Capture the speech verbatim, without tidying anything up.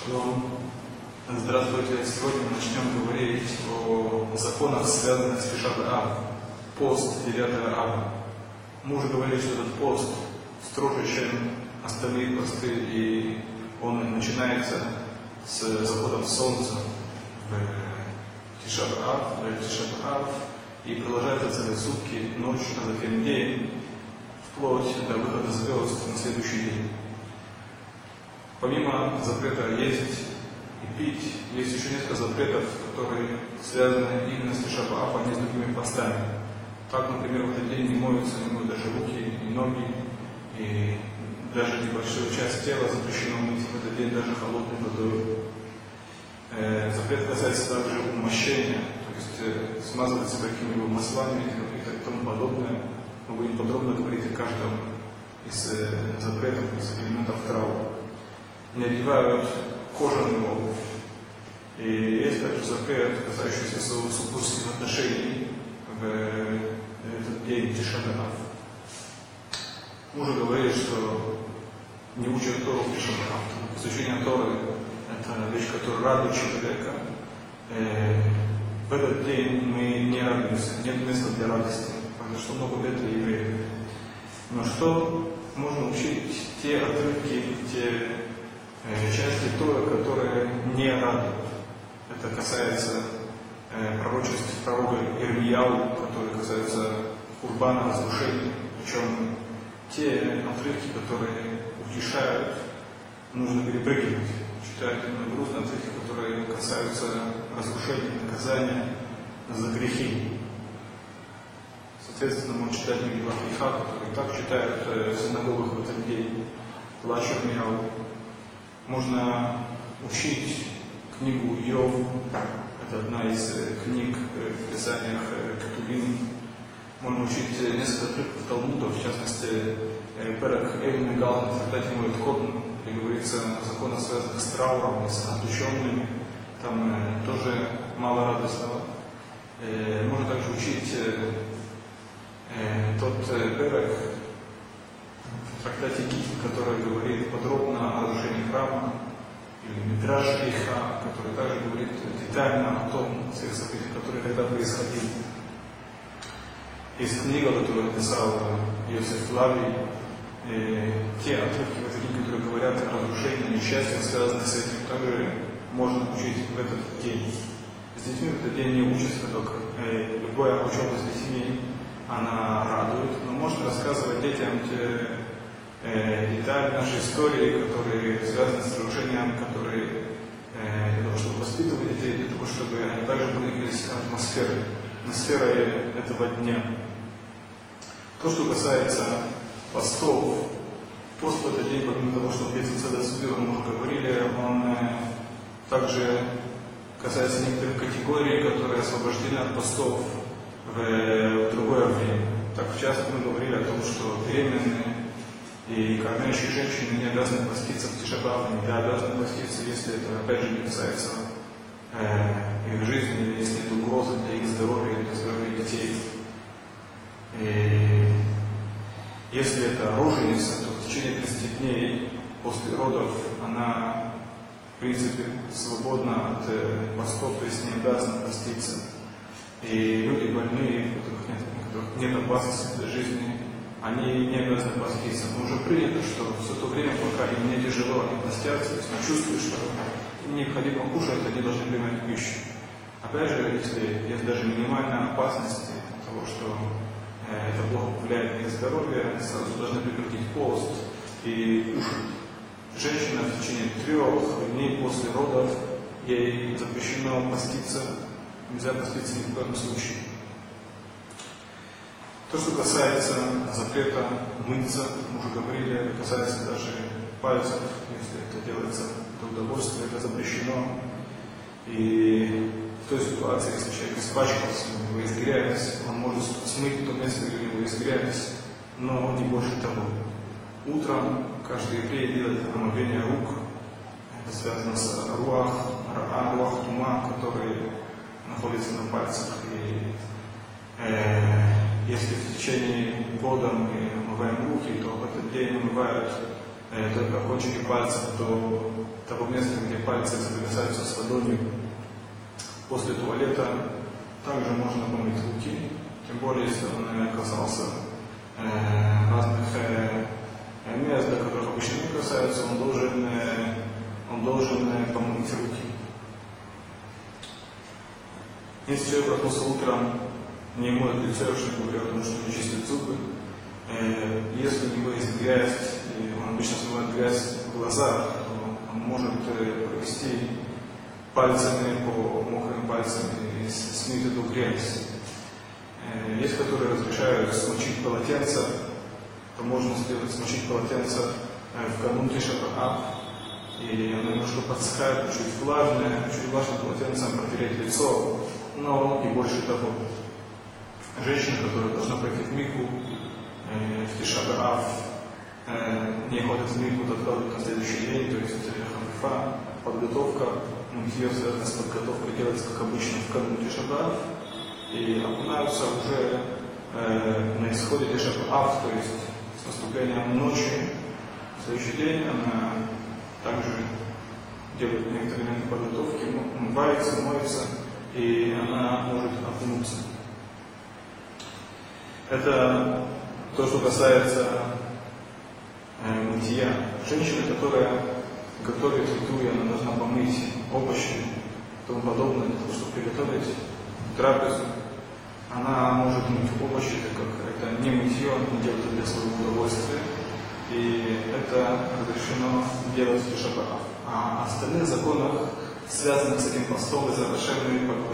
Шалом. Здравствуйте. Сегодня мы начнем говорить о законах, связанных с Тиша б'Ав, пост девятого ава. Мы уже говорили, что этот пост строже, чем остальные посты, и он начинается с заходом солнца в Тиша б'Ав, в Тиша б'Ав, и продолжается целые сутки, ночь, а затем день, вплоть до выхода звезд на следующий день. Помимо запрета есть и пить, есть еще несколько запретов, которые связаны именно с Тиша б'Ав, а не с другими постами. Так, например, в этот день не моются, не моют даже руки и ноги, и даже небольшую часть тела запрещено мыть в этот день даже холодной водой. Э, запрет касается также умощения, то есть э, смазывать себя какими-либо маслами и тому подобное. Мы будем подробно говорить о каждом из э, запретов, из элементов траура. Не одевают кожаную обувь. И есть также запрет, касающийся супружеских отношений в этот день Тиша б'Ав. Мы уже говорили, что не учат Тору в Тиша б'Ав. Изучение Торы – это вещь, которая радует человека. В этот день мы не радуемся, нет места для радости, произошло много бед для евреев. Но что можно учить те отрывки, те части Торы, которые не радуют? Это касается э, пророчеств пророка Ирмияу, которые касаются Курбана, разрушения. Причем те отрывки, которые утешают, нужно перепрыгивать. Читают именно грустные отрывки, которые касаются разрушения, наказания за грехи. Соответственно, можно читать Мегилат Иха, которые так читают э, в синагогах в этот день. Плач Ирмияу. Можно учить книгу Йов, это одна из книг в писаниях Кетувим. Можно учить несколько отрывков Талмуда, в частности, Перек Эйвен и Галан, Трактат Моэд Ходн, где говорится о законах, связанных с трауром и с заключенными. Там э, тоже мало радостного. Э, можно также учить э, э, тот э, Перек, в трактате Гитин, который говорит подробно о разрушении храма, или Мидраш Иха, который также говорит детально о том, всех событиях, которые тогда происходили. Есть книга, которую написал Йосеф Лавий, и те отрывки в этой книге, которые говорят о разрушении, несчастьях, связанных с этим, также можно учить в этот день. С детьми в этот день не учатся, только э, любая учеба с детьми, она радует, но можно рассказывать детям те детали нашей истории, которые связаны с разрушением, которые э, для того, чтобы воспитывать детей, для того, чтобы они также прониклись атмосферой, атмосферой этого дня. То, что касается постов, пост в этот день, помимо того, что Петр Цадасубир, мы уже говорили, он э, также касается некоторых категорий, которые освобождены от постов в, в другое время. Так, в частности, мы говорили о том, что беременные и кормящие женщины не обязаны поститься в Тиша б'Ав, не обязаны поститься, если это, опять же, не касается э, их жизни, или если это угроза для их здоровья, для здоровья детей. И если это роженица, то в течение тридцати дней после родов она, в принципе, свободна от э, постов, то есть не обязана поститься. И люди больные, у которых нет, у которых нет опасности для жизни, они не обязаны поститься. Но уже принято, что все то время, пока им не тяжело, они постятся, то есть они чувствуют, что им необходимо кушать, они должны принимать пищу. Опять же, если есть даже минимальная опасность того, что э, это плохо влияет на их здоровье, они сразу должны прекратить пост и кушать. Женщина в течение трех дней после родов, ей запрещено поститься, нельзя поститься ни в коем случае. То, что касается запрета мыться, мы уже говорили, касается даже пальцев, если это делается для удовольствия, это запрещено. И в той ситуации, если человек испачкался, у него есть грязь, он может смыть то место, где у него есть грязь, но не больше того. Утром каждый еврей делает омовение рук, это связано с руах, раа, руах тума, которые находятся на пальцах. И, э, если в течение года мы омываем руки, то в этот день омывают э, только кончики пальцев до того места, где пальцы соприкасаются с ладонью. После туалета также можно помыть руки, тем более, если он э, касался э, разных э, мест, до которых обычно не касаются, он должен, э, он должен э, помыть руки. Если человек проснулся утром, не моет лицо, я уже говорю о том, что не чистит зубы, э, если у него есть грязь, и он обычно смывает грязь в глазах, то он может э, провести пальцами по мокрым пальцам и смыть эту грязь. Э, есть, которые разрешают смочить полотенце, то можно сделать смочить полотенце э, в канун Тиша б'Ав, и оно немножко подсыхает, чуть влажное, чуть влажным полотенцем протереть лицо, но и больше того. Женщина, которая должна пойти в микву, э, в Тиша б'Ав, э, не ходит в микву, отходит на следующий день, то есть хамифа, подготовка, мытье связано с подготовкой делается, как обычно, в канун Тиша б'Ав, и окунаются уже э, на исходе Тиша б'Ав, то есть с наступлением ночи. В следующий день она также делает некоторые элементы подготовки, умывается, моется, и она может окунуться. Это то, что касается э, мытья. Женщина, которая готовит еду, и она должна помыть овощи и тому подобное, для того, чтобы приготовить трапезу, она может мыть овощи, так как это не мытье, она делает это для своего удовольствия, и это разрешено делать в Тиша б'Ав. А о остальных законах, связанных с этим постом и завершенными